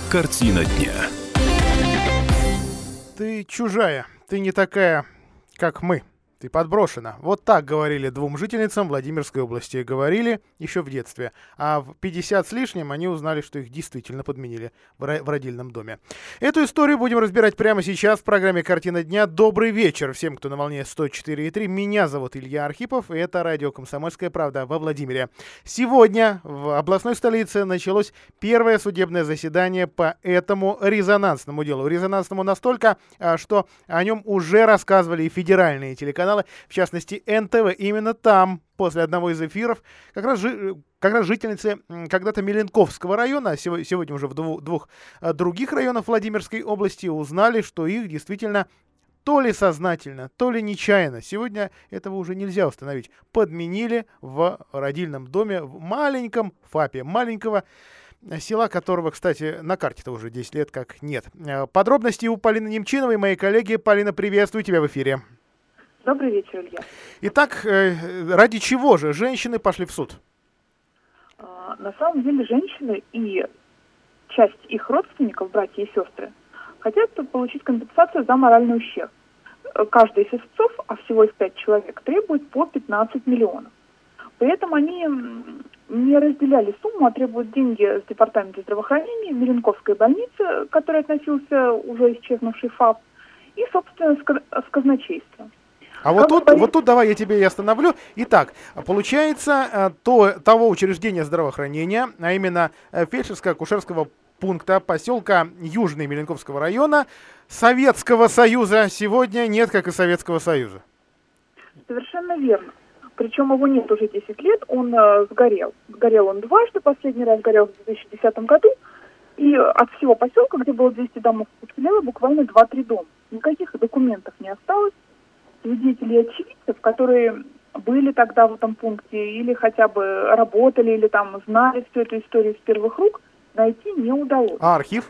Картина дня. Ты чужая, ты не такая, как мы. Ты подброшена. Вот так говорили двум жительницам Владимирской области. Говорили еще в детстве. А в 50 с лишним они узнали, что их действительно подменили в родильном доме. Эту историю будем разбирать прямо сейчас в программе «Картина дня». Добрый вечер всем, кто на волне 104,3. Меня зовут Илья Архипов, и это радио «Комсомольская правда» во Владимире. Сегодня в областной столице началось первое судебное заседание по этому резонансному делу. Резонансному настолько, что о нем уже рассказывали и федеральные телеканалы, в частности НТВ. Именно там, после одного из эфиров, как раз жительницы когда-то Меленковского района, сегодня уже в двух других районах Владимирской области, узнали, что их действительно то ли сознательно, то ли нечаянно, сегодня этого уже нельзя установить, подменили в родильном доме в маленьком ФАПе, маленького села, которого, кстати, на карте-то уже 10 лет как нет. Подробности у Полины Немчиновой, моей коллеги. Полина, приветствую тебя в эфире. Добрый вечер, Илья. Итак, ради чего же женщины пошли в суд? На самом деле женщины и часть их родственников, братья и сестры, хотят получить компенсацию за моральный ущерб. Каждый из истцов, а всего их 5 человек, требует по 15 миллионов. При этом они не разделяли сумму, а требуют деньги с департамента здравоохранения, Меленковской больницы, к которой относился уже исчезнувший ФАП, и, собственно, с казначейства. А вот тут давай я тебе и остановлю. Итак, получается, того учреждения здравоохранения, а именно фельдшерско-акушерского пункта поселка Южный Меленковского района, Советского Союза сегодня нет, как и Советского Союза. Совершенно верно. Причем его нет уже 10 лет, он сгорел. Сгорел он дважды, последний раз сгорел в 2010 году, и от всего поселка, где было 200 домов, уцелело буквально 2-3 дома. Никаких документов не осталось. Свидетелей и очевидцев, которые были тогда в этом пункте, или хотя бы работали, или там знали всю эту историю с первых рук, найти не удалось. А архив?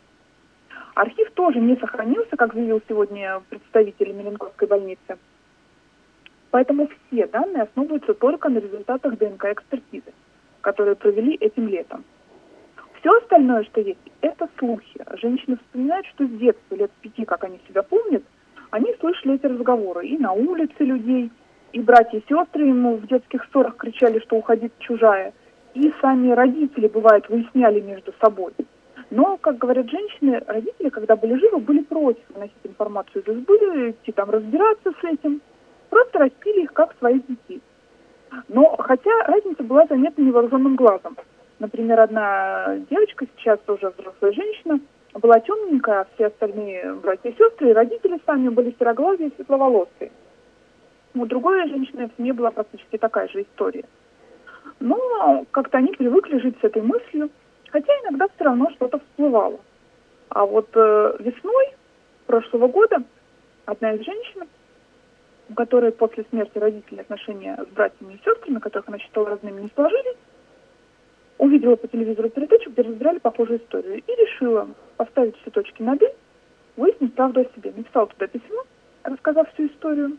Архив тоже не сохранился, как заявил сегодня представитель Меленковской больницы. Поэтому все данные основываются только на результатах ДНК-экспертизы, которые провели этим летом. Все остальное, что есть, это слухи. Женщины вспоминают, что с детства, лет 5, как они себя помнят, они слышали эти разговоры и на улице людей, и братья и сестры ему в детских ссорах кричали, что уходит чужая, и сами родители, бывает, выясняли между собой. Но, как говорят женщины, родители, когда были живы, были против выносить информацию из избы, идти там разбираться с этим, просто растили их как своих детей. Но хотя разница была заметна невооруженным глазом. Например, одна девочка, сейчас тоже взрослая женщина, была темненькая, а все остальные братья и сестры, и родители сами были сероглазые и светловолосые. У другой женщины в семье была практически такая же история. Но как-то они привыкли жить с этой мыслью, хотя иногда все равно что-то всплывало. А вот весной прошлого года одна из женщин, у которой после смерти родителей отношения с братьями и сестрами, которых она считала родными, не сложились, увидела по телевизору передачу, где разбирали похожую историю, и решила поставить все точки над «и», выяснить правду о себе. Написала туда письмо, рассказав всю историю.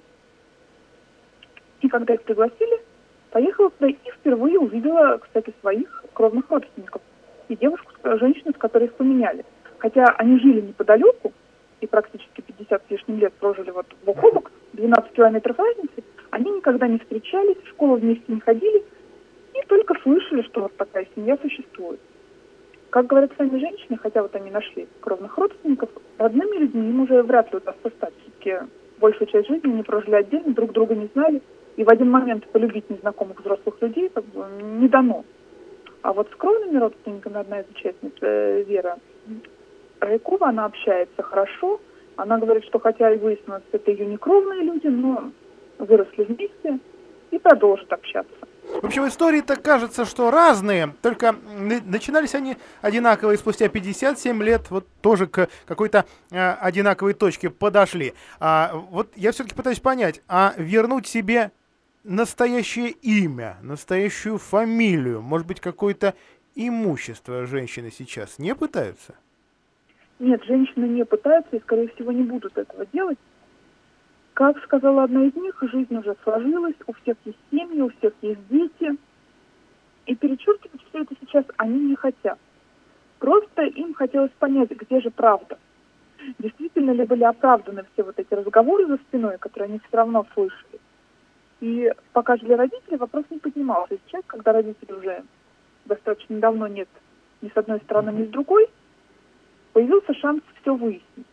И когда их пригласили, поехала туда и впервые увидела, кстати, своих кровных родственников. И девушку, женщину, с которой их поменяли. Хотя они жили неподалеку, и практически 50 с лишним лет прожили вот бок о бок, 12 километров разницы, они никогда не встречались, в школу вместе не ходили, и только слышали, что вот такая семья существует. Как говорят сами женщины, хотя вот они нашли кровных родственников, родными людьми им уже вряд ли удастся стать. Все-таки большую часть жизни они прожили отдельно, друг друга не знали, и в один момент полюбить незнакомых взрослых людей как бы не дано. А вот с кровными родственниками одна из участниц, Вера Райкова, она общается хорошо. Она говорит, что хотя и выяснилось, что это ее не кровные люди, но выросли вместе и продолжат общаться. В общем, истории-то кажется, что разные, только начинались они одинаково, и спустя 57 лет вот тоже к какой-то одинаковой точке подошли. Вот я все-таки пытаюсь понять, а вернуть себе настоящее имя, настоящую фамилию, может быть, какое-то имущество женщины сейчас не пытаются? Нет, женщины не пытаются и, скорее всего, не будут этого делать. Как сказала одна из них, жизнь уже сложилась, у всех есть семьи, у всех есть дети. И перечеркивать все это сейчас они не хотят. Просто им хотелось понять, где же правда. Действительно ли были оправданы все вот эти разговоры за спиной, которые они все равно слышали. И пока жили родители, вопрос не поднимался. Сейчас, когда родителей уже достаточно давно нет ни с одной стороны, ни с другой, появился шанс все выяснить.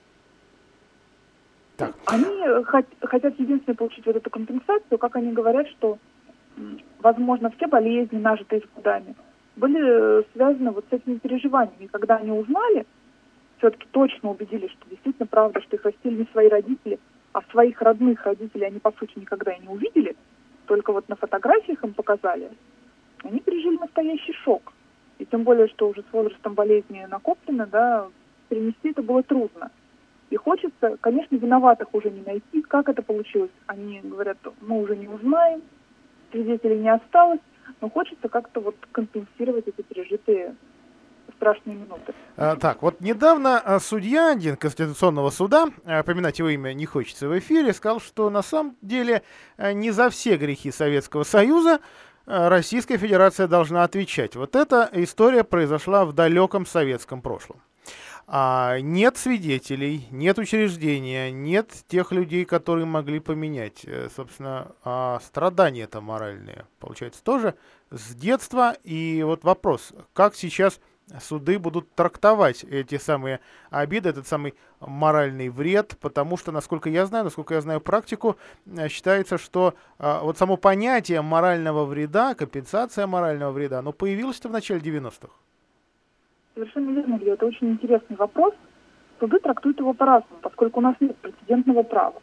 Так. Они хотят единственное получить вот эту компенсацию, как они говорят, что, возможно, все болезни, нажитые с годами, были связаны вот с этими переживаниями. И когда они узнали, все-таки точно убедились, что действительно правда, что их растили не свои родители, а своих родных родителей они, по сути, никогда и не увидели, только вот на фотографиях им показали, они пережили настоящий шок. И тем более, что уже с возрастом болезни накоплено, да, перенести это было трудно. И хочется, конечно, виноватых уже не найти. Как это получилось? Они говорят, мы уже не узнаем, свидетелей не осталось, но хочется как-то вот компенсировать эти пережитые страшные минуты. Так, вот недавно судья один Конституционного суда, поминать его имя не хочется в эфире, сказал, что на самом деле не за все грехи Советского Союза Российская Федерация должна отвечать. Вот эта история произошла в далеком советском прошлом. Нет свидетелей, нет учреждения, нет тех людей, которые могли поменять. Собственно, страдания-то моральные, получается, тоже с детства. И вот вопрос, как сейчас суды будут трактовать эти самые обиды, этот самый моральный вред, потому что, насколько я знаю практику, считается, что вот само понятие морального вреда, компенсация морального вреда, оно появилось-то в начале 90-х. Совершенно верно, Илья. Это очень интересный вопрос. Суды трактуют его по-разному, поскольку у нас нет прецедентного права.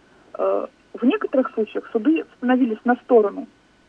В некоторых случаях суды становились на сторону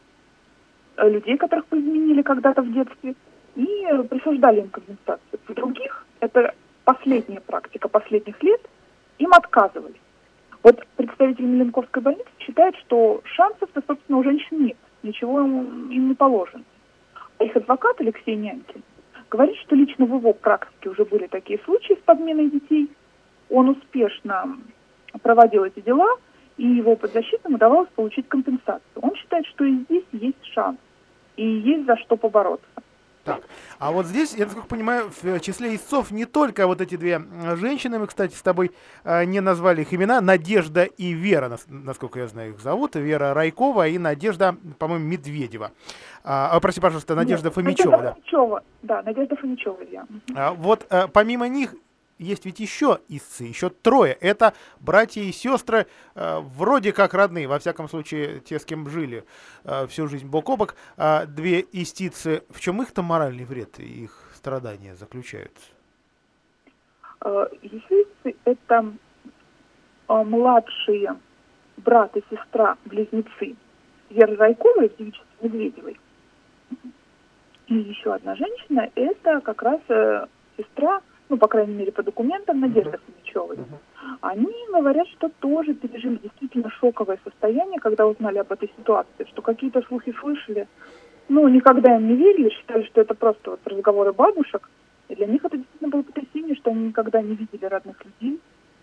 людей, которых поизменили когда-то в детстве, и присуждали им компенсацию. В других, это последняя практика последних лет, им отказывали. Вот представитель Меленковской больницы считает, что шансов-то, собственно, у женщин нет, ничего им не положено. А их адвокат Алексей Нянькин говорит, что лично в его практике уже были такие случаи с подменой детей. Он успешно проводил эти дела, и его подзащитным удавалось получить компенсацию. Он считает, что и здесь есть шанс, и есть за что побороться. Так, а вот здесь, я, насколько понимаю, в числе истцов не только вот эти две женщины, мы, кстати, с тобой не назвали их имена, Надежда и Вера, насколько я знаю, их зовут, Вера Райкова и Надежда, по-моему, Медведева. Прости, пожалуйста, Надежда Фомичева. Надежда Фомичева, да, Надежда Фомичева, Илья. Вот помимо них есть ведь еще истцы, еще трое. Это братья и сестры, вроде как родные, во всяком случае, те, с кем жили всю жизнь бок о бок. Две истицы. В чем их-то моральный вред и их страдания заключаются? Истицы — это младшие брат и сестра, близнецы Веры Райковой в девичестве Медведевой. И еще одна женщина — это как раз сестра, ну, по крайней мере, по документам, Надежды Фомичевой. Они говорят, что тоже пережили действительно шоковое состояние, когда узнали об этой ситуации, что какие-то слухи слышали, ну, никогда им не верили, считали, что это просто вот разговоры бабушек. И для них это действительно было потрясение, что они никогда не видели родных людей.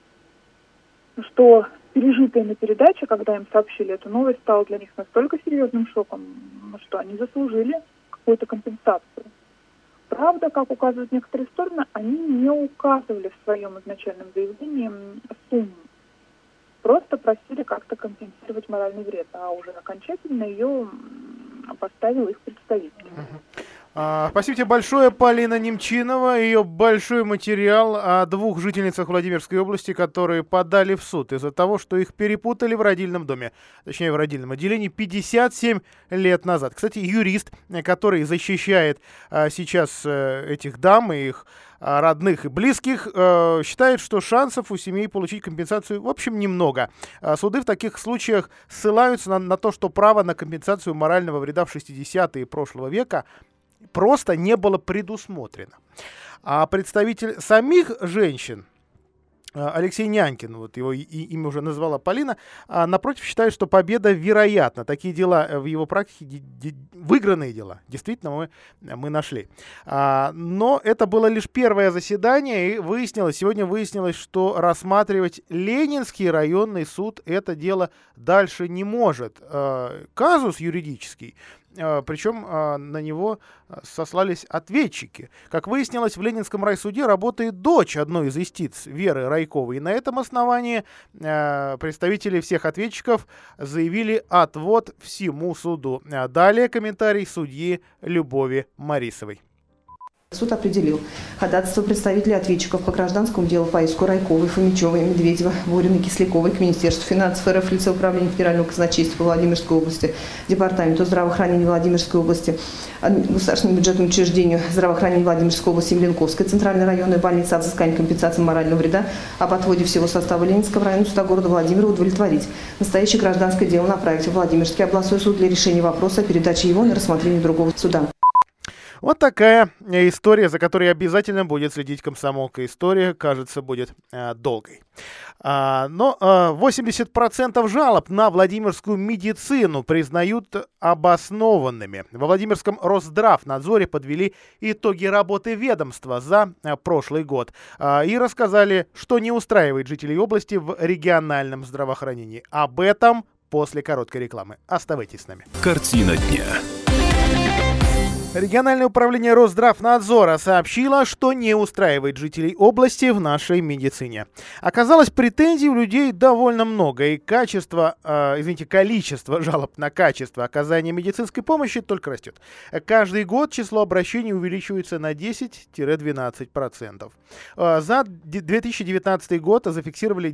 Что пережитое на передаче, когда им сообщили эту новость, стало для них настолько серьезным шоком, что они заслужили какую-то компенсацию. Правда, как указывают некоторые стороны, они не указывали в своем изначальном заявлении сумму. Просто просили как-то компенсировать моральный вред, а уже окончательно ее поставил их представитель. Спасибо тебе большое, Полина Немчинова. Ее большой материал о двух жительницах Владимирской области, которые подали в суд из-за того, что их перепутали в родильном доме, точнее в родильном отделении, 57 лет назад. Кстати, юрист, который защищает сейчас этих дам и их родных и близких, считает, что шансов у семей получить компенсацию, в общем, немного. Суды в таких случаях ссылаются на то, что право на компенсацию морального вреда в 60-е прошлого века просто не было предусмотрено. А представитель самих женщин, Алексей Нянькин, вот его имя уже назвала Полина, напротив, считает, что победа вероятна. Такие дела в его практике, выигранные дела, действительно мы нашли. Но это было лишь первое заседание, и сегодня выяснилось, что рассматривать Ленинский районный суд это дело дальше не может. Казус юридический причем на него сослались ответчики. Как выяснилось, в Ленинском райсуде работает дочь одной из истиц, Веры Райковой. И на этом основании представители всех ответчиков заявили отвод всему суду. Далее комментарий судьи Любови Марисовой. Суд определил ходатайство представителей ответчиков по гражданскому делу по иску Райковой, Фомичевой, Медведева, Бориной, Кисляковой к Министерству финансов РФ, лице управления Федерального казначейства по Владимирской области, Департаменту здравоохранения Владимирской области, Государственному бюджетному учреждению здравоохранения Владимирской области, Ленинковской центральной районной больницы о взыскании компенсации морального вреда, об отводе всего состава Ленинского района суда города Владимира удовлетворить. Настоящее гражданское дело направить в Владимирский областной суд для решения вопроса о передаче его на рассмотрение другого суда. Вот такая история, за которой обязательно будет следить комсомолка. История, кажется, будет долгой. Но 80% жалоб на владимирскую медицину признают обоснованными. Во Владимирском Росздравнадзоре подвели итоги работы ведомства за прошлый год и рассказали, что не устраивает жителей области в региональном здравоохранении. Об этом после короткой рекламы. Оставайтесь с нами. Картина дня. Региональное управление Росздравнадзора сообщило, что не устраивает жителей области в нашей медицине. Оказалось, претензий у людей довольно много, и количество жалоб на качество оказания медицинской помощи только растет. Каждый год число обращений увеличивается на 10-12%. За 2019 год зафиксировали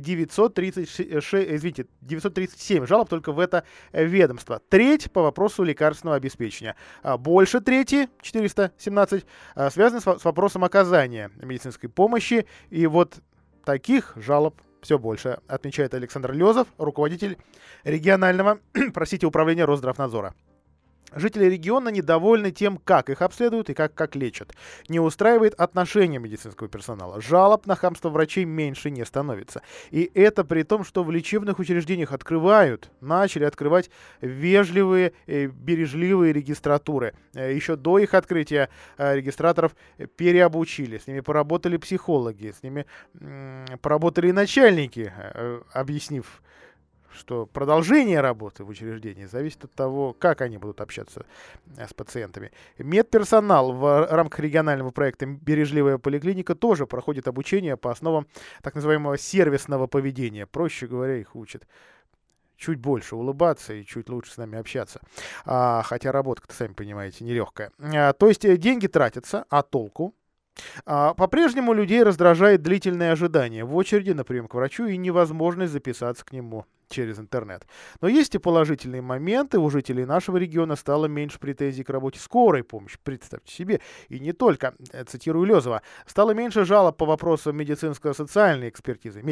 937 жалоб только в это ведомство. Треть по вопросу лекарственного обеспечения. Больше трети, 417, связаны с вопросом оказания медицинской помощи. И вот таких жалоб все больше, отмечает Александр Лёзов, руководитель регионального, управления Росздравнадзора. Жители региона недовольны тем, как их обследуют и как лечат. Не устраивает отношение медицинского персонала. Жалоб на хамство врачей меньше не становится. И это при том, что в лечебных учреждениях начали открывать вежливые, бережливые регистратуры. Еще до их открытия регистраторов переобучили. С ними поработали психологи, с ними поработали и начальники, объяснив, что продолжение работы в учреждении зависит от того, как они будут общаться с пациентами. Медперсонал в рамках регионального проекта «Бережливая поликлиника» тоже проходит обучение по основам так называемого сервисного поведения. Проще говоря, их учат чуть больше улыбаться и чуть лучше с нами общаться. Хотя работа-то, сами понимаете, нелегкая. То есть деньги тратятся, а толку? По-прежнему людей раздражает длительное ожидание в очереди на прием к врачу и невозможность записаться к нему через интернет. Но есть и положительные моменты. У жителей нашего региона стало меньше претензий к работе скорой помощи. Представьте себе. И не только, цитирую Лёзова, стало меньше жалоб по вопросам медико-социальной экспертизы.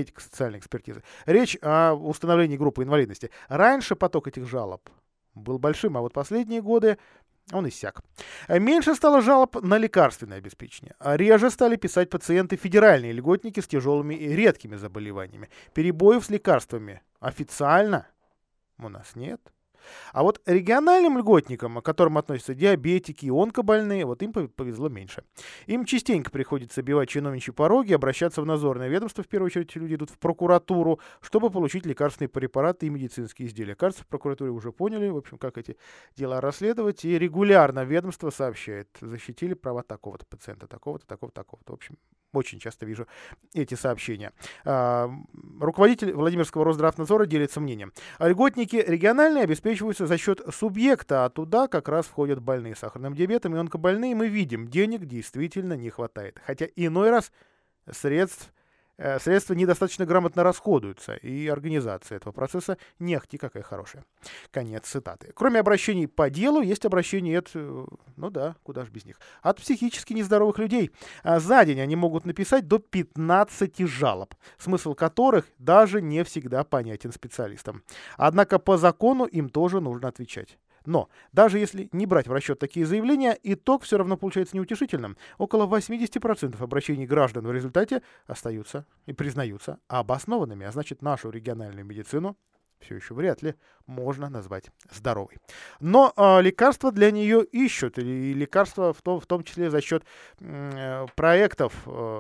Речь о установлении группы инвалидности. Раньше поток этих жалоб был большим, а вот последние годы он иссяк. Меньше стало жалоб на лекарственное обеспечение. Реже стали писать пациенты федеральные льготники с тяжелыми и редкими заболеваниями. Перебоев с лекарствами официально у нас нет. А вот региональным льготникам, к которым относятся диабетики и онкобольные, вот им повезло меньше. Им частенько приходится бивать чиновничьи пороги, обращаться в надзорное ведомство. В первую очередь люди идут в прокуратуру, чтобы получить лекарственные препараты и медицинские изделия. Кажется, в прокуратуре уже поняли, в общем, как эти дела расследовать. И регулярно ведомство сообщает: защитили права такого-то пациента, такого-то, такого-то, такого-то. В общем, очень часто вижу эти сообщения. Руководитель Владимирского Росздравнадзора делится мнением. Льготники региональные обеспечиваются за счет субъекта, а туда как раз входят больные с сахарным диабетом и онкобольные. Мы видим, денег действительно не хватает. Хотя иной раз средства недостаточно грамотно расходуются, и организация этого процесса не ахти какая хорошая. Конец цитаты. Кроме обращений по делу, есть обращения куда ж без них, от психически нездоровых людей. За день они могут написать до 15 жалоб, смысл которых даже не всегда понятен специалистам. Однако по закону им тоже нужно отвечать. Но даже если не брать в расчет такие заявления, итог все равно получается неутешительным. Около 80% обращений граждан в результате остаются и признаются обоснованными. А значит, нашу региональную медицину все еще вряд ли можно назвать здоровой. Но лекарства для нее ищут. И лекарства в том числе за счет проектов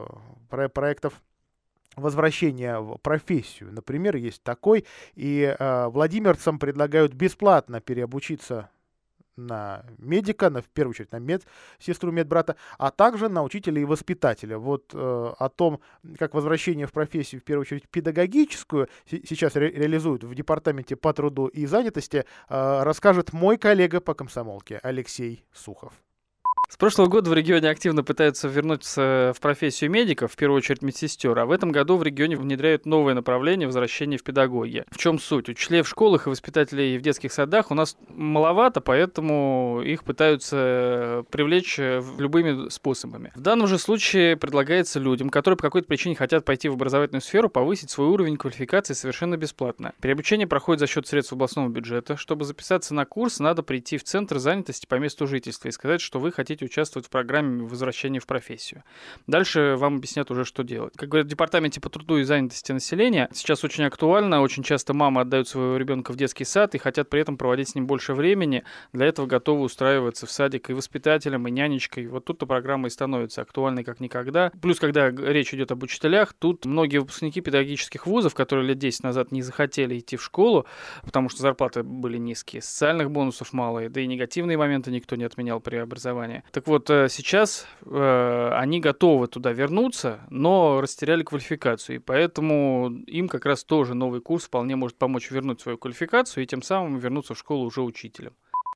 возвращения в профессию. Например, есть такой, и владимирцам предлагают бесплатно переобучиться на медика, в первую очередь на медсестру, медбрата, а также на учителя и воспитателя. Вот о том, как возвращение в профессию, в первую очередь педагогическую, сейчас реализуют в Департаменте по труду и занятости, расскажет мой коллега по комсомолке Алексей Сухов. С прошлого года в регионе активно пытаются вернуться в профессию медиков, в первую очередь медсестер, а в этом году в регионе внедряют новое направление возвращения в педагоги. В чем суть? Учителей в школах и воспитателей в детских садах у нас маловато, поэтому их пытаются привлечь любыми способами. В данном же случае предлагается людям, которые по какой-то причине хотят пойти в образовательную сферу, повысить свой уровень квалификации совершенно бесплатно. Переобучение проходит за счет средств областного бюджета. Чтобы записаться на курс, надо прийти в центр занятости по месту жительства и сказать, что вы хотите участвовать в программе возвращения в профессию. Дальше вам объяснят уже, что делать. Как говорят в Департаменте по труду и занятости населения, сейчас очень актуально, очень часто мамы отдают своего ребенка в детский сад и хотят при этом проводить с ним больше времени. Для этого готовы устраиваться в садик и воспитателем, и нянечкой. Вот тут-то программа и становится актуальной как никогда. Плюс, когда речь идет об учителях, тут многие выпускники педагогических вузов, которые лет 10 назад не захотели идти в школу, потому что зарплаты были низкие, социальных бонусов мало, да и негативные моменты никто не отменял при образовании. Так вот, сейчас они готовы туда вернуться, но растеряли квалификацию, и поэтому им как раз тоже новый курс вполне может помочь вернуть свою квалификацию и тем самым вернуться в школу уже учителем.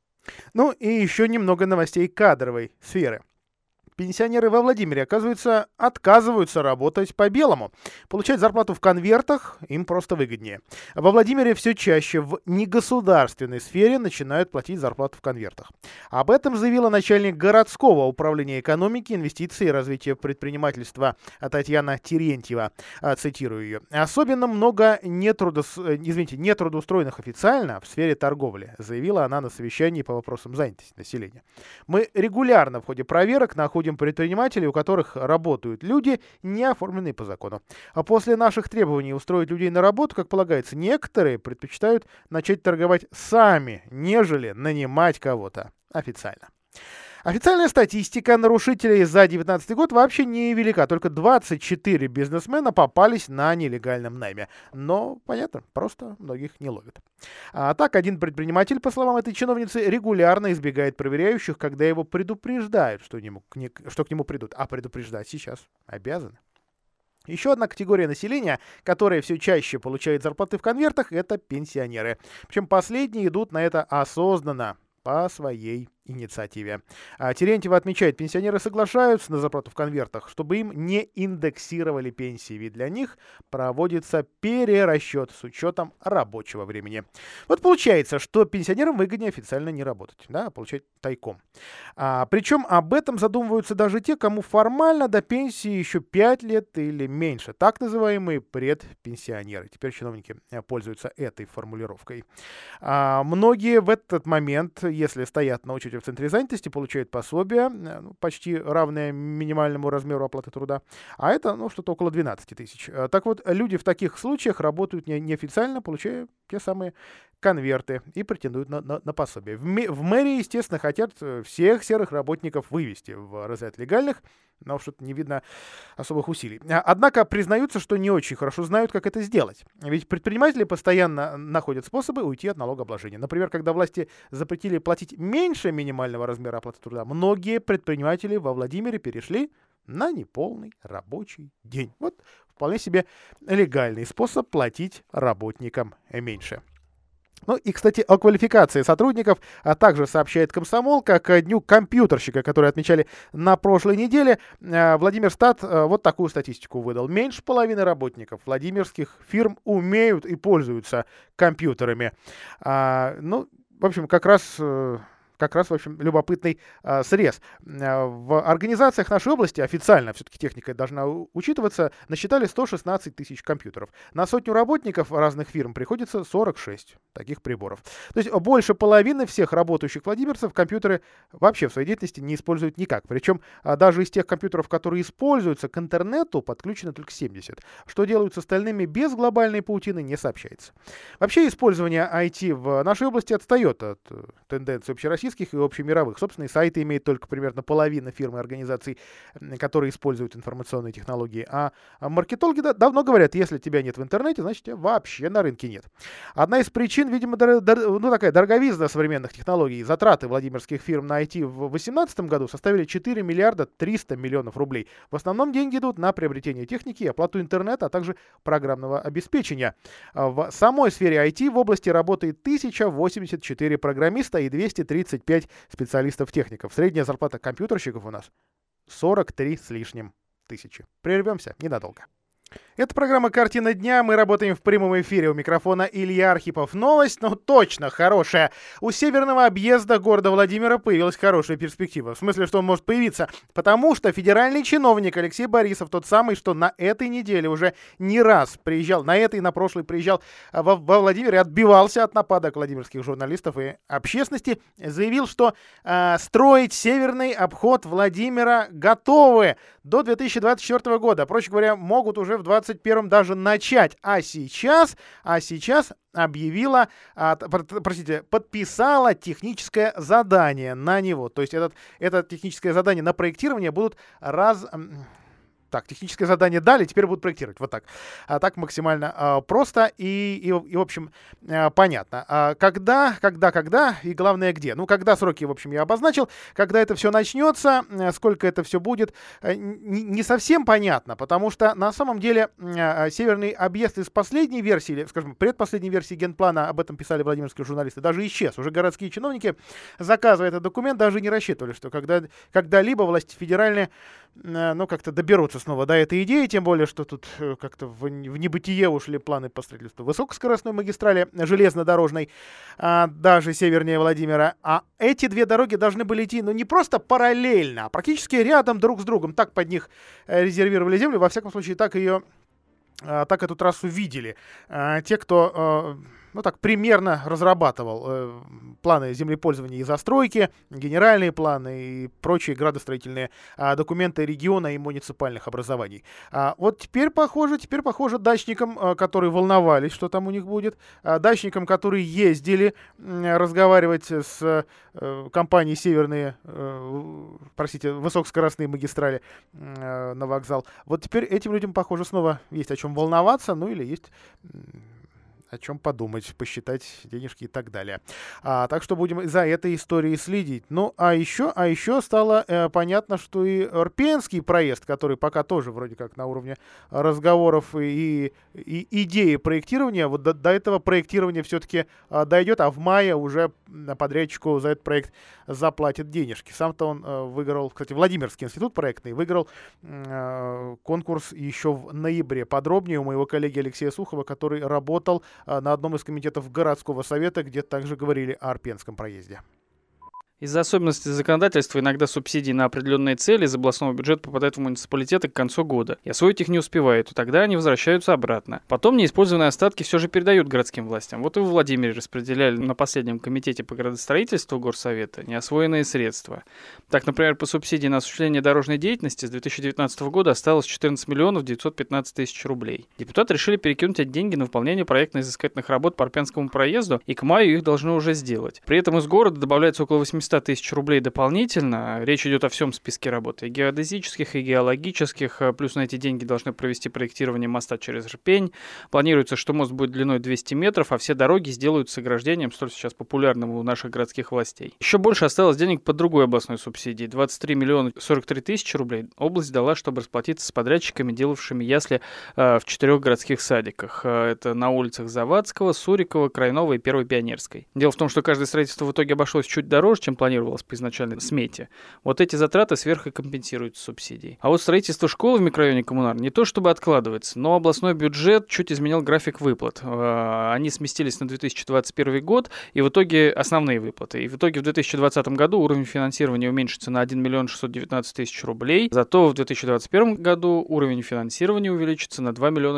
Ну и еще немного новостей кадровой сферы. Пенсионеры во Владимире, оказывается, отказываются работать по-белому. Получать зарплату в конвертах им просто выгоднее. Во Владимире все чаще в негосударственной сфере начинают платить зарплату в конвертах. Об этом заявила начальник городского управления экономики, инвестиций и развития предпринимательства Татьяна Терентьева. Цитирую ее. «Особенно много нетрудоустроенных официально в сфере торговли», заявила она на совещании по вопросам занятости населения. «Мы регулярно в ходе проверок находим предпринимателей, у которых работают люди, не оформленные по закону. А после наших требований устроить людей на работу, как полагается, некоторые предпочитают начать торговать сами, нежели нанимать кого-то официально». Официальная статистика нарушителей за 2019 год вообще не велика. Только 24 бизнесмена попались на нелегальном найме. Но, понятно, просто многих не ловят. А так, один предприниматель, по словам этой чиновницы, регулярно избегает проверяющих, когда его предупреждают, что к нему придут. А предупреждать сейчас обязаны. Еще одна категория населения, которая все чаще получает зарплаты в конвертах, это пенсионеры. Причем последние идут на это осознанно, по своей инициативе. Терентьева отмечает, пенсионеры соглашаются на зарплату в конвертах, чтобы им не индексировали пенсии, ведь для них проводится перерасчет с учетом рабочего времени. Вот получается, что пенсионерам выгоднее официально не работать, да, получать тайком. Причем об этом задумываются даже те, кому формально до пенсии еще 5 лет или меньше, так называемые предпенсионеры. Теперь чиновники пользуются этой формулировкой. Многие в этот момент, если стоят на учете в центре занятости, получают пособие, почти равное минимальному размеру оплаты труда, а это что-то около 12 тысяч. Так вот, люди в таких случаях работают неофициально, получая те самые конверты и претендуют на пособие. В мэрии, естественно, хотят всех серых работников вывести в разряд легальных, но что-то не видно особых усилий. Однако признаются, что не очень хорошо знают, как это сделать. Ведь предприниматели постоянно находят способы уйти от налогообложения. Например, когда власти запретили платить меньше минимального размера оплаты труда, многие предприниматели во Владимире перешли на неполный рабочий день. Вот вполне себе легальный способ платить работникам меньше. Ну и, кстати, о квалификации сотрудников также сообщает «Комсомолка». Ко дню компьютерщика, который отмечали на прошлой неделе, Владимирстат вот такую статистику выдал. Меньше половины работников владимирских фирм умеют и пользуются компьютерами. В общем, как раз в общем, любопытный срез. В организациях нашей области официально все-таки техника должна учитываться, насчитали 116 тысяч компьютеров. На сотню работников разных фирм приходится 46 таких приборов. То есть больше половины всех работающих владимирцев компьютеры вообще в своей деятельности не используют никак. Причем даже из тех компьютеров, которые используются к интернету, подключено только 70. Что делают с остальными без глобальной паутины, не сообщается. Вообще использование IT в нашей области отстает от тенденции общероссийской, российских и общемировых. Собственно, и сайты имеет только примерно половина фирм и организаций, которые используют информационные технологии. А маркетологи давно говорят, если тебя нет в интернете, значит, тебя вообще на рынке нет. Одна из причин, видимо, такая дороговизна современных технологий. Затраты владимирских фирм на IT в 2018 году составили 4 миллиарда 300 миллионов рублей. В основном деньги идут на приобретение техники, оплату интернета, а также программного обеспечения. В самой сфере IT в области работает 1084 программиста и 235 специалистов-техников. Средняя зарплата компьютерщиков у нас 43 с лишним тысячи. Прервемся ненадолго. Это программа «Картина дня». Мы работаем в прямом эфире. У микрофона Илья Архипов. Новость, точно хорошая. У северного объезда города Владимира появилась хорошая перспектива. В смысле, что он может появиться. Потому что федеральный чиновник Алексей Борисов, тот самый, что на этой неделе уже не раз приезжал, на этой и на прошлой приезжал во Владимир и отбивался от нападок владимирских журналистов и общественности, заявил, что строить северный обход Владимира готовы до 2024 года. Проще говоря, могут уже в 2021 даже начать. А сейчас объявила, подписала техническое задание на него. То есть это техническое задание на проектирование будут техническое задание дали, теперь будут проектировать. Вот так. Так максимально просто и в общем, понятно. Когда и главное где. Когда сроки, в общем, я обозначил. Когда это все начнется, сколько это все будет, не совсем понятно, потому что на самом деле северный объезд из последней версии, или, скажем, предпоследней версии генплана, об этом писали владимирские журналисты, даже исчез. Уже городские чиновники, заказывая этот документ, даже не рассчитывали, что когда-либо власти федеральные как-то доберутся снова до этой идеи, тем более, что тут как-то в небытие ушли планы по строительству высокоскоростной магистрали железнодорожной, даже севернее Владимира. А эти две дороги должны были идти, не просто параллельно, а практически рядом друг с другом. Так под них резервировали землю, во всяком случае, так эту трассу видели. Те, кто примерно разрабатывал планы землепользования и застройки, генеральные планы и прочие градостроительные документы региона и муниципальных образований. Вот теперь похоже, дачникам, которые волновались, что там у них будет, дачникам, которые ездили разговаривать с компанией высокоскоростные магистрали на вокзал. Вот теперь этим людям, похоже, снова есть о чем волноваться, или есть о чем подумать, посчитать денежки и так далее. Так что будем за этой историей следить. А еще стало понятно, что и Арпенский проезд, который пока тоже вроде как на уровне разговоров и идеи проектирования, вот до этого проектирования все-таки дойдет, а в мае уже подрядчику за этот проект заплатят денежки. Сам-то он выиграл, кстати, Владимирский институт проектный выиграл конкурс еще в ноябре. Подробнее у моего коллеги Алексея Сухова, который работал на одном из комитетов городского совета, где также говорили о Арпенском проезде. Из-за особенностей законодательства иногда субсидии на определенные цели из областного бюджета попадают в муниципалитеты к концу года, и освоить их не успевают, и тогда они возвращаются обратно. Потом неиспользованные остатки все же передают городским властям. Вот и в Владимире распределяли на последнем комитете по градостроительству горсовета неосвоенные средства. Так, например, по субсидии на осуществление дорожной деятельности с 2019 года осталось 14 миллионов 915 тысяч рублей. Депутаты решили перекинуть эти деньги на выполнение проектно-изыскательных работ по Арпенскому проезду, и к маю их должны уже сделать. При этом из города добавляется около 800 тысяч рублей дополнительно. Речь идет о всем списке работ, и геодезических, и геологических. Плюс на эти деньги должны провести проектирование моста через Ирпень. Планируется, что мост будет длиной 200 метров, а все дороги сделают с ограждением, столь сейчас популярным у наших городских властей. Еще больше осталось денег под другой областной субсидией. 23 миллиона 43 тысячи рублей область дала, чтобы расплатиться с подрядчиками, делавшими ясли в 4 городских садиках. Это на улицах Завадского, Сурикова, Крайнова и Первой Пионерской. Дело в том, что каждое строительство в итоге обошлось чуть дороже, чем планировалось по изначальной смете. Вот эти затраты сверх и компенсируются субсидией. А вот строительство школы в микрорайоне Коммунар не то чтобы откладывается, но областной бюджет чуть изменил график выплат. Они сместились на 2021 год, и в итоге основные выплаты. И в итоге в 2020 году уровень финансирования уменьшится на 1 миллион 619 тысяч рублей, зато в 2021 году уровень финансирования увеличится на 2 миллиона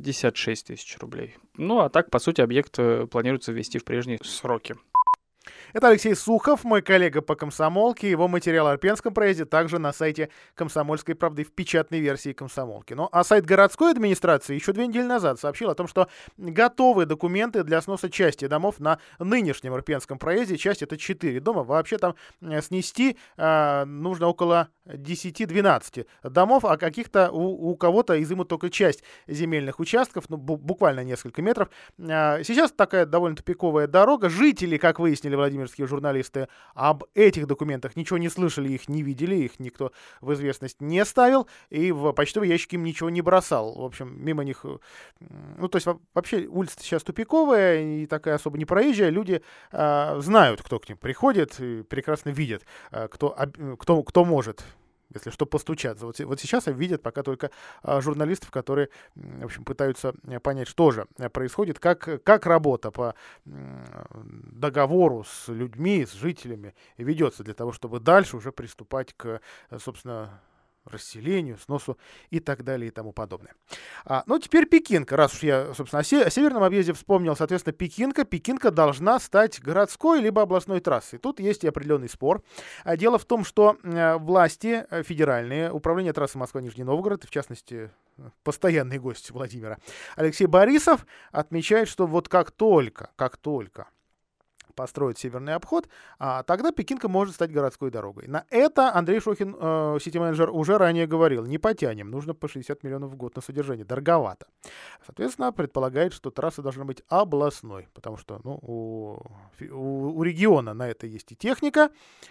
956 тысяч рублей. А так, по сути, объект планируется ввести в прежние сроки. Это Алексей Сухов, мой коллега по комсомолке. Его материал о Арпенском проезде также на сайте «Комсомольской правды» в печатной версии комсомолки. Ну, а сайт городской администрации еще 2 недели назад сообщил о том, что готовы документы для сноса части домов на нынешнем Арпенском проезде. Часть — это 4 дома. Вообще там снести нужно около 10-12 домов, а каких-то у кого-то изымут только часть земельных участков, ну, буквально несколько метров. Сейчас такая довольно тупиковая дорога. Жители, как выяснили владимирские журналисты, об этих документах ничего не слышали, их не видели, их никто в известность не ставил, и в почтовый ящик им ничего не бросал. В общем, мимо них... Ну, то есть вообще улица сейчас тупиковая и такая особо не проезжая. Люди знают, кто к ним приходит, и прекрасно видят, кто может, если что, постучаться. Вот сейчас видят пока только журналистов, которые, в общем, пытаются понять, что же происходит, как работа по договору с людьми, с жителями ведется для того, чтобы дальше уже приступать к, собственно, расселению, сносу и так далее и тому подобное. Ну, теперь Пекинка. Раз уж я, собственно, о северном объезде вспомнил, соответственно, Пекинка должна стать городской либо областной трассой. Тут есть и определенный спор. Дело в том, что власти федеральные, управление трассы Москва-Нижний Новгород, в частности, постоянный гость Владимира Алексей Борисов, отмечает, что вот как только построить северный обход, тогда Пекинка может стать городской дорогой. На это Андрей Шохин, сити-менеджер, уже ранее говорил: не потянем, нужно по 60 миллионов в год на содержание, дороговато. Соответственно, предполагает, что трасса должна быть областной, потому что у региона на это есть и техника,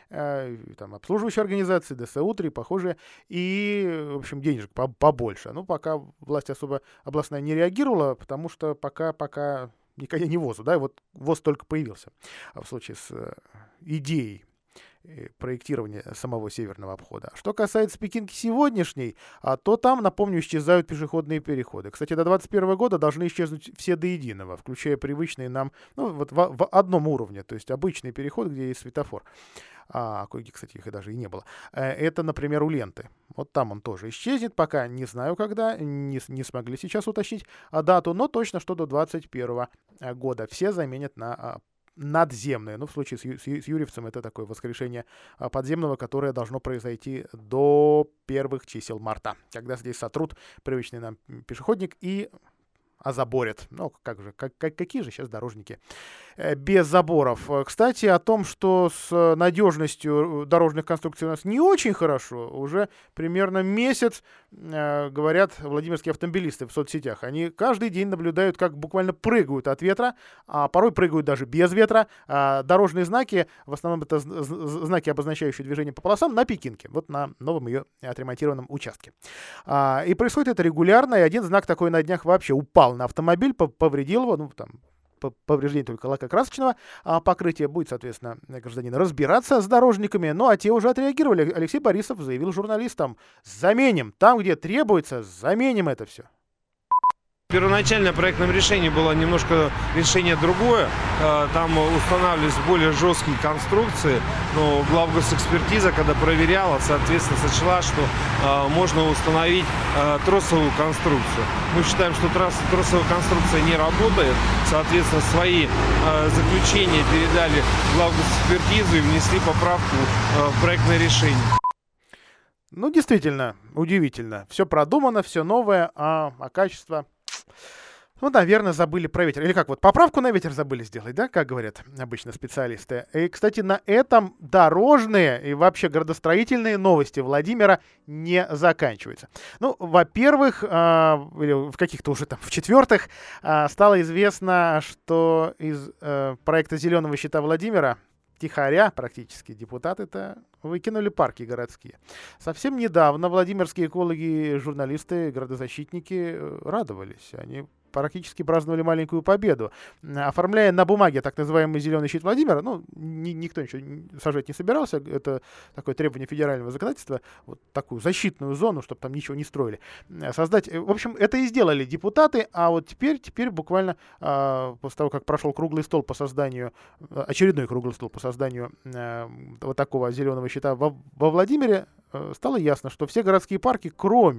там обслуживающие организации, ДСУ, 3 похожие, и, в общем, денежек побольше. Ну, пока власть особо областная не реагировала, потому что пока никогда не ВОЗу, да, и вот ВОЗ только появился в случае с идеей проектирования самого северного обхода. Что касается Пекинки сегодняшней, то там, напомню, исчезают пешеходные переходы. Кстати, до 2021 года должны исчезнуть все до единого, включая привычные нам, вот в одном уровне, то есть обычный переход, где есть светофор. Кое-где, кстати, их и даже и не было. Это, например, у ленты. Вот там он тоже исчезнет, пока не знаю когда, не смогли сейчас уточнить дату, но точно, что до 2021 года все заменят на надземные. Ну, в случае с Юрьевцем это такое воскрешение подземного, которое должно произойти до первых чисел марта, когда здесь сотрут привычный нам пешеходник и озаборят. Ну, какие же сейчас дорожники без заборов. Кстати, о том, что с надежностью дорожных конструкций у нас не очень хорошо, уже примерно месяц говорят владимирские автомобилисты в соцсетях. Они каждый день наблюдают, как буквально прыгают от ветра, а порой прыгают даже без ветра. Дорожные знаки, в основном это знаки, обозначающие движение по полосам, на Пекинке, вот на новом ее отремонтированном участке. И происходит это регулярно, и один знак такой на днях вообще упал на автомобиль, повредил его, повреждение только лакокрасочного покрытия. Будет, соответственно, гражданин разбираться с дорожниками. Ну, а те уже отреагировали. Алексей Борисов заявил журналистам: заменим. Там, где требуется, заменим это все. В первоначальном проектном решении было немножко решение другое. Там устанавливались более жесткие конструкции. Но главгосэкспертиза, когда проверяла, соответственно, сочла, что можно установить тросовую конструкцию. Мы считаем, что тросовая конструкция не работает. Соответственно, свои заключения передали в главгосэкспертизу и внесли поправку в проектное решение. Ну, действительно, удивительно. Все продумано, все новое, а качество... Ну, наверное, забыли про ветер. Или как, вот поправку на ветер забыли сделать, да, как говорят обычно специалисты. И, кстати, на этом дорожные и вообще градостроительные новости Владимира не заканчиваются. Ну, во-первых, или в каких-то уже там в-четвертых, стало известно, что из проекта «Зеленого щита» Владимира втихаря практически депутаты-то выкинули парки городские. Совсем недавно владимирские экологи, журналисты, градозащитники радовались. Они практически праздновали маленькую победу. Оформляя на бумаге так называемый «Зеленый щит» Владимира, никто ничего сажать не собирался, это такое требование федерального законодательства, вот такую защитную зону, чтобы там ничего не строили, создать. В общем, это и сделали депутаты, а вот теперь буквально после того, как прошел круглый стол по созданию, очередной круглый стол по созданию вот такого «Зеленого щита» во Владимире, стало ясно, что все городские парки, кроме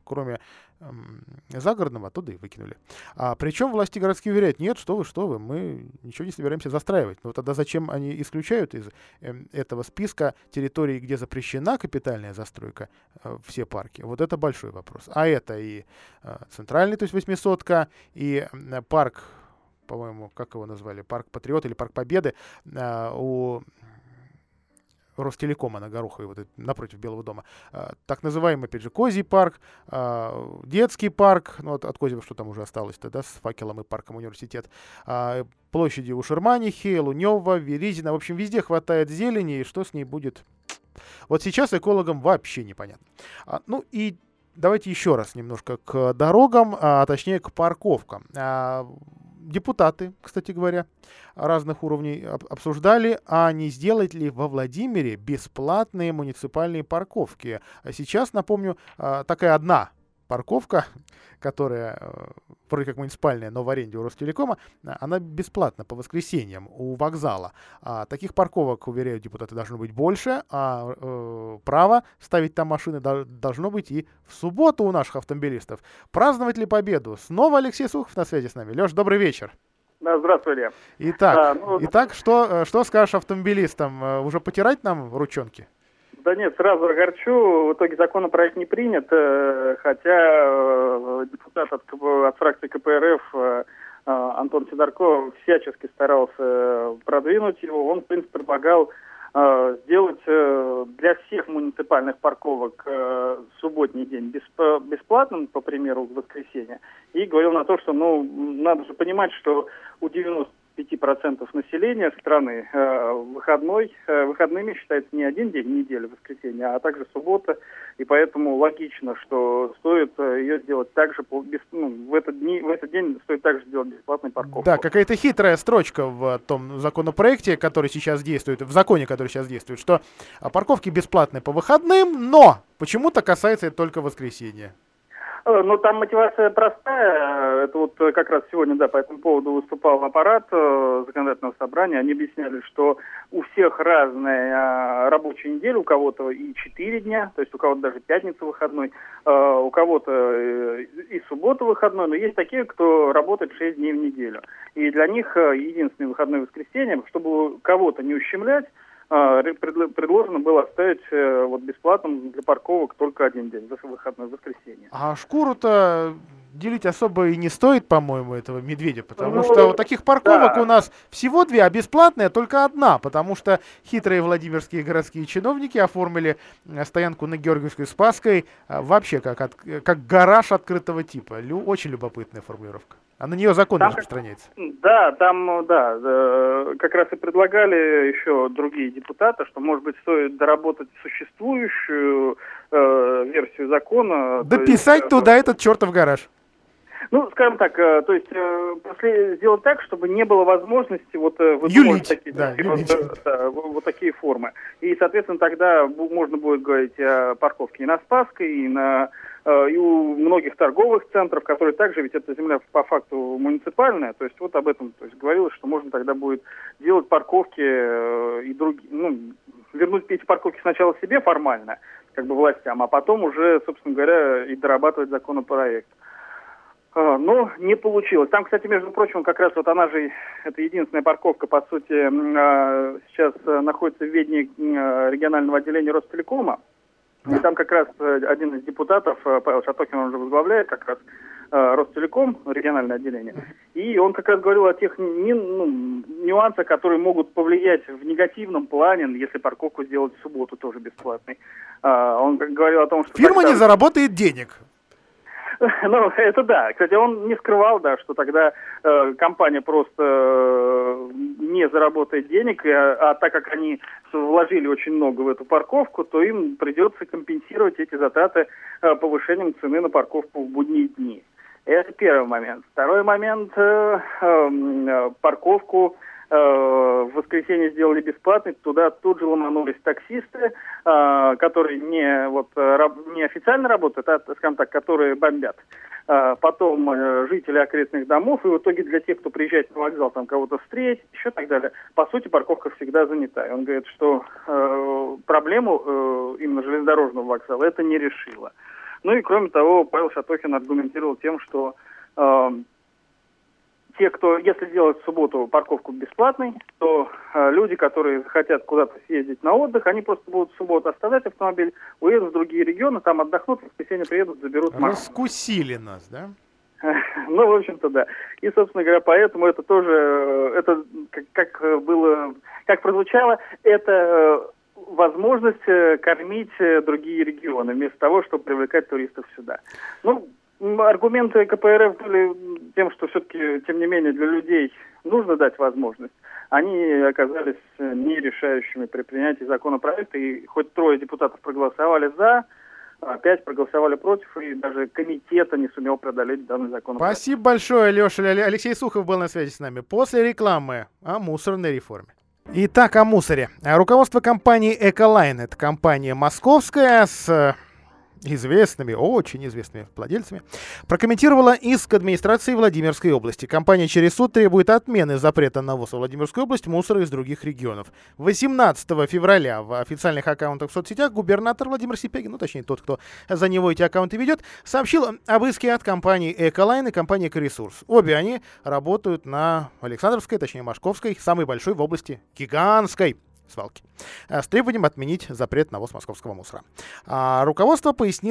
кроме загородного, оттуда и выкинули. Причем власти городские уверяют, нет, что вы, мы ничего не собираемся застраивать. Но тогда зачем они исключают из этого списка территорий, где запрещена капитальная застройка, все парки? Вот это большой вопрос. А это и центральный, то есть 800-ка, и парк, по-моему, как его назвали, парк Патриот или парк Победы у Ростелекома на Гороховой, вот напротив Белого дома. Так называемый, опять же, Козий парк, детский парк, ну, от Козьего что там уже осталось-то, да, с факелом и парком университет, площади у Шерманихи, Лунёва, Веризина. В общем, везде хватает зелени, и что с ней будет? Вот сейчас экологам вообще непонятно. Ну и давайте еще раз немножко к дорогам, а точнее к парковкам. Депутаты, кстати говоря, разных уровней обсуждали, а не сделать ли во Владимире бесплатные муниципальные парковки. А сейчас, напомню, такая одна парковка, которая вроде как муниципальная, но в аренде у Ростелекома, она бесплатна по воскресеньям у вокзала. Таких парковок, уверяют депутаты, должно быть больше, а право ставить там машины должно быть и в субботу у наших автомобилистов. Праздновать ли победу? Снова Алексей Сухов на связи с нами. Леш, добрый вечер. Да, здравствуйте. Итак, что скажешь автомобилистам? Уже потирать нам ручонки? Да нет, сразу огорчу. В итоге законопроект не принят, хотя депутат от фракции КПРФ Антон Сидорко всячески старался продвинуть его. Он, в принципе, предлагал сделать для всех муниципальных парковок субботний день бесплатным, по примеру, в воскресенье. И говорил на то, что надо же понимать, что у 95% населения страны выходными считается не один день недели, воскресенье, а также суббота. И поэтому логично, что стоит ее сделать также в этот день стоит также сделать бесплатную парковку. Да, какая-то хитрая строчка в том законопроекте, который сейчас действует, в законе, который сейчас действует, что парковки бесплатные по выходным, но почему-то касается это только воскресенья. Ну, там мотивация простая. Это вот как раз сегодня, по этому поводу выступал аппарат законодательного собрания. Они объясняли, что у всех разная рабочая неделя, у кого-то и 4 дня, то есть у кого-то даже пятница выходной, у кого-то и суббота выходной, но есть такие, кто работает 6 дней в неделю. И для них единственное выходное воскресенье, чтобы кого-то не ущемлять, предложено было оставить бесплатным для парковок только один день, выходное воскресенье. А шкуру-то делить особо и не стоит, по-моему, этого медведя, потому что вот таких парковок у нас всего 2, а бесплатная только 1, потому что хитрые владимирские городские чиновники оформили стоянку на Георгиевской Спасской вообще как гараж открытого типа. Очень любопытная формулировка. А на нее закон не распространяется. Да, как раз и предлагали еще другие депутаты, что, может быть, стоит доработать существующую версию закона. Дописать туда этот чертов гараж. Ну, скажем так, то есть сделать так, чтобы не было возможности юлить такие формы. И, соответственно, тогда можно будет говорить о парковке и на Спасской, и у многих торговых центров, которые также, ведь эта земля по факту муниципальная, то есть вот об этом говорилось, что можно тогда будет делать парковки и другие, вернуть эти парковки сначала себе формально, как бы властям, а потом уже, собственно говоря, и дорабатывать законопроект. Но не получилось. Там, кстати, между прочим, как раз она же, это единственная парковка, по сути, сейчас находится в ведении регионального отделения Ростелекома. И там как раз один из депутатов, Павел Шатохин, он же возглавляет как раз Ростелеком, региональное отделение. И он как раз говорил о тех нюансах, которые могут повлиять в негативном плане, если парковку сделать в субботу тоже бесплатной. Он говорил о том, что... Фирма не заработает денег. Ну, это да. Кстати, он не скрывал, что тогда компания просто не заработает денег, а так как они вложили очень много в эту парковку, то им придется компенсировать эти затраты повышением цены на парковку в будние дни. Это первый момент. Второй момент, парковку в воскресенье сделали бесплатной, туда тут же ломанулись таксисты, которые не официально работают, а, скажем так, которые бомбят. Потом жители окрестных домов, и в итоге для тех, кто приезжает на вокзал, там кого-то встретить, еще так далее. По сути, парковка всегда занята. И он говорит, что проблему именно железнодорожного вокзала это не решило. Ну и кроме того, Павел Шатохин аргументировал тем, что те, кто, если делать в субботу парковку бесплатной, то люди, которые хотят куда-то съездить на отдых, они просто будут в субботу оставлять автомобиль, уедут в другие регионы, там отдохнут, в воскресенье приедут, заберут машину. Раскусили нас, да? Ну, в общем-то, да. И, собственно говоря, поэтому это тоже, это как прозвучало, это возможность кормить другие регионы, вместо того, чтобы привлекать туристов сюда. Ну, аргументы КПРФ были тем, что все-таки, тем не менее, для людей нужно дать возможность. Они оказались не решающими при принятии законопроекта, и хоть 3 депутатов проголосовали за, 5 проголосовали против, и даже комитета не сумел преодолеть данный законопроект. Спасибо большое, Леша. Алексей Сухов был на связи с нами. После рекламы о мусорной реформе. Итак, о мусоре. Руководство компании «Эколайн», это компания московская с известными, очень известными владельцами, прокомментировала иск администрации Владимирской области. Компания через суд требует отмены запрета на ввоз в Владимирскую область мусора из других регионов. 18 февраля в официальных аккаунтах в соцсетях губернатор Владимир Сипягин, ну точнее тот, кто за него эти аккаунты ведет, сообщил об иске от компании «Эколайн» и компании «Экоресурс». Обе они работают на Александровской, точнее Московской, самой большой в области гигантской свалки, с требованием отменить запрет на ввоз московского мусора. Руководство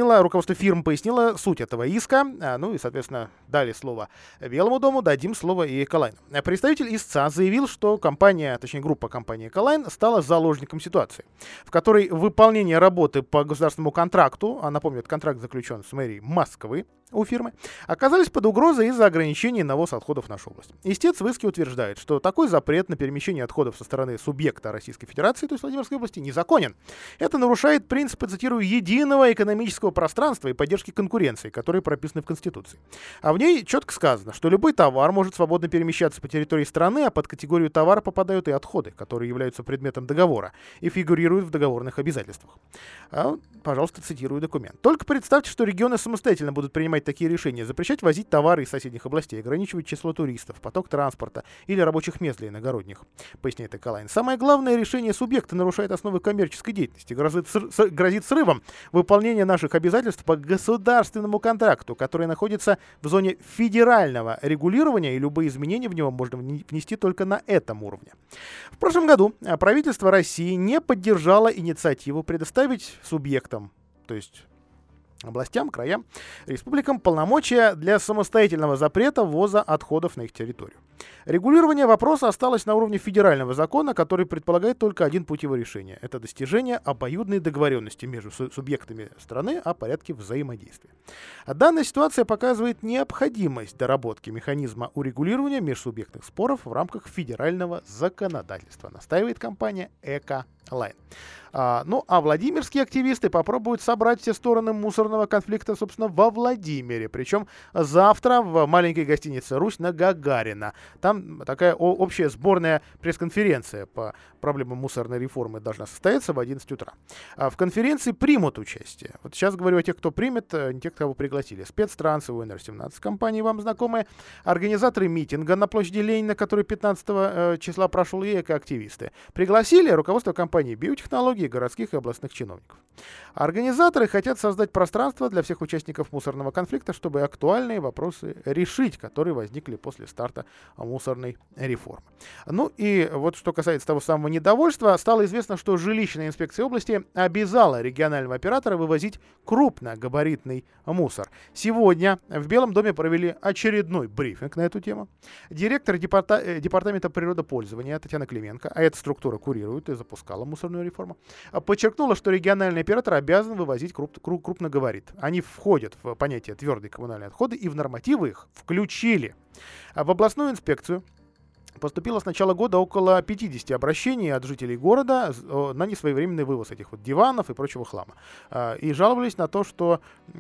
фирм пояснило суть этого иска, ну и, соответственно, дали слово Белому дому, дадим слово и «Эколайну». Представитель истца заявил, что компания, точнее группа компании «Эколайн» стала заложником ситуации, в которой выполнение работы по государственному контракту, а напомню, этот контракт заключен с мэрией Москвы, у фирмы, оказались под угрозой из-за ограничений на ввоз отходов в нашу область. Истец в иске утверждает, что такой запрет на перемещение отходов со стороны субъекта Российской Федерации, то есть Владимирской области, незаконен. Это нарушает принципы, цитирую, единого экономического пространства и поддержки конкуренции, которые прописаны в Конституции. А в ней четко сказано, что любой товар может свободно перемещаться по территории страны, а под категорию товара попадают и отходы, которые являются предметом договора и фигурируют в договорных обязательствах. Пожалуйста, цитирую документ. Только представьте, что регионы самостоятельно будут принимать такие решения: запрещать возить товары из соседних областей, ограничивать число туристов, поток транспорта или рабочих мест для иногородних, поясняет Эколайн. Самое главное, решение субъекта нарушает основы коммерческой деятельности, грозит срывом выполнения наших обязательств по государственному контракту, который находится в зоне федерального регулирования, и любые изменения в него можно внести только на этом уровне. В прошлом году правительство России не поддержало инициативу предоставить субъектам, то есть областям, краям, республикам полномочия для самостоятельного запрета ввоза отходов на их территорию. Регулирование вопроса осталось на уровне федерального закона, который предполагает только один путь его решения. Это достижение обоюдной договоренности между субъектами страны о порядке взаимодействия. Данная ситуация показывает необходимость доработки механизма урегулирования межсубъектных споров в рамках федерального законодательства, настаивает компания «Эколайн». Ну, а владимирские активисты попробуют собрать все стороны мусорного конфликта, собственно, во Владимире. Причем завтра в маленькой гостинице «Русь» на Гагарина. Там такая общая сборная пресс-конференция по проблемам мусорной реформы должна состояться в 11 утра. В конференции примут участие. Вот сейчас говорю о тех, кто примет, не тех, кого пригласили. Спецтранс и УНР-17 компании вам знакомые, организаторы митинга на площади Ленина, который 15 числа прошел, и экоактивисты. Пригласили руководство компании «Биотехнологии», городских и областных чиновников. Организаторы хотят создать пространство для всех участников мусорного конфликта, чтобы актуальные вопросы решить, которые возникли после старта мусорной реформы. Ну и вот что касается того самого недовольства, стало известно, что жилищная инспекция области обязала регионального оператора вывозить крупногабаритный мусор. Сегодня в Белом доме провели очередной брифинг на эту тему. Директор департамента природопользования Татьяна Клименко, а эта структура курирует и запускала мусорную реформу, подчеркнула, что региональный оператор обязан вывозить крупногабарит. Они входят в понятие твердые коммунальные отходы и в нормативы их включили. В областную инспекцию поступило с начала года около 50 обращений от жителей города на несвоевременный вывоз этих вот диванов и прочего хлама. И жаловались на то, что,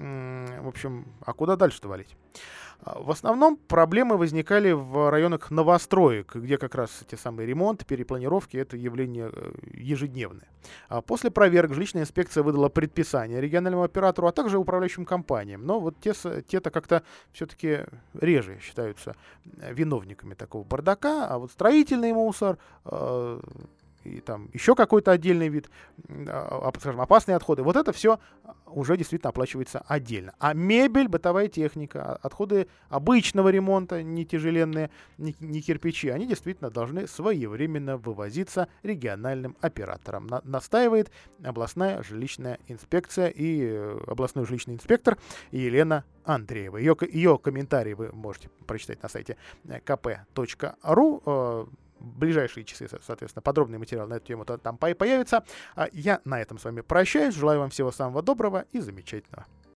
в общем, а куда дальше-то валить? В основном проблемы возникали в районах новостроек, где как раз те самые ремонты, перепланировки — это явление ежедневное. После проверок жилищная инспекция выдала предписание региональному оператору, а также управляющим компаниям. Но вот те-то как-то все-таки реже считаются виновниками такого бардака, а вот строительный мусор и там еще какой-то отдельный вид, скажем, опасные отходы, вот это все уже действительно оплачивается отдельно. А мебель, бытовая техника, отходы обычного ремонта, не тяжеленные, не кирпичи, они действительно должны своевременно вывозиться региональным операторам. Настаивает областная жилищная инспекция и областной жилищный инспектор Елена Андреева. Ее комментарии вы можете прочитать на сайте kp.ru. В ближайшие часы, соответственно, подробный материал на эту тему там появится. Я на этом с вами прощаюсь. Желаю вам всего самого доброго и замечательного.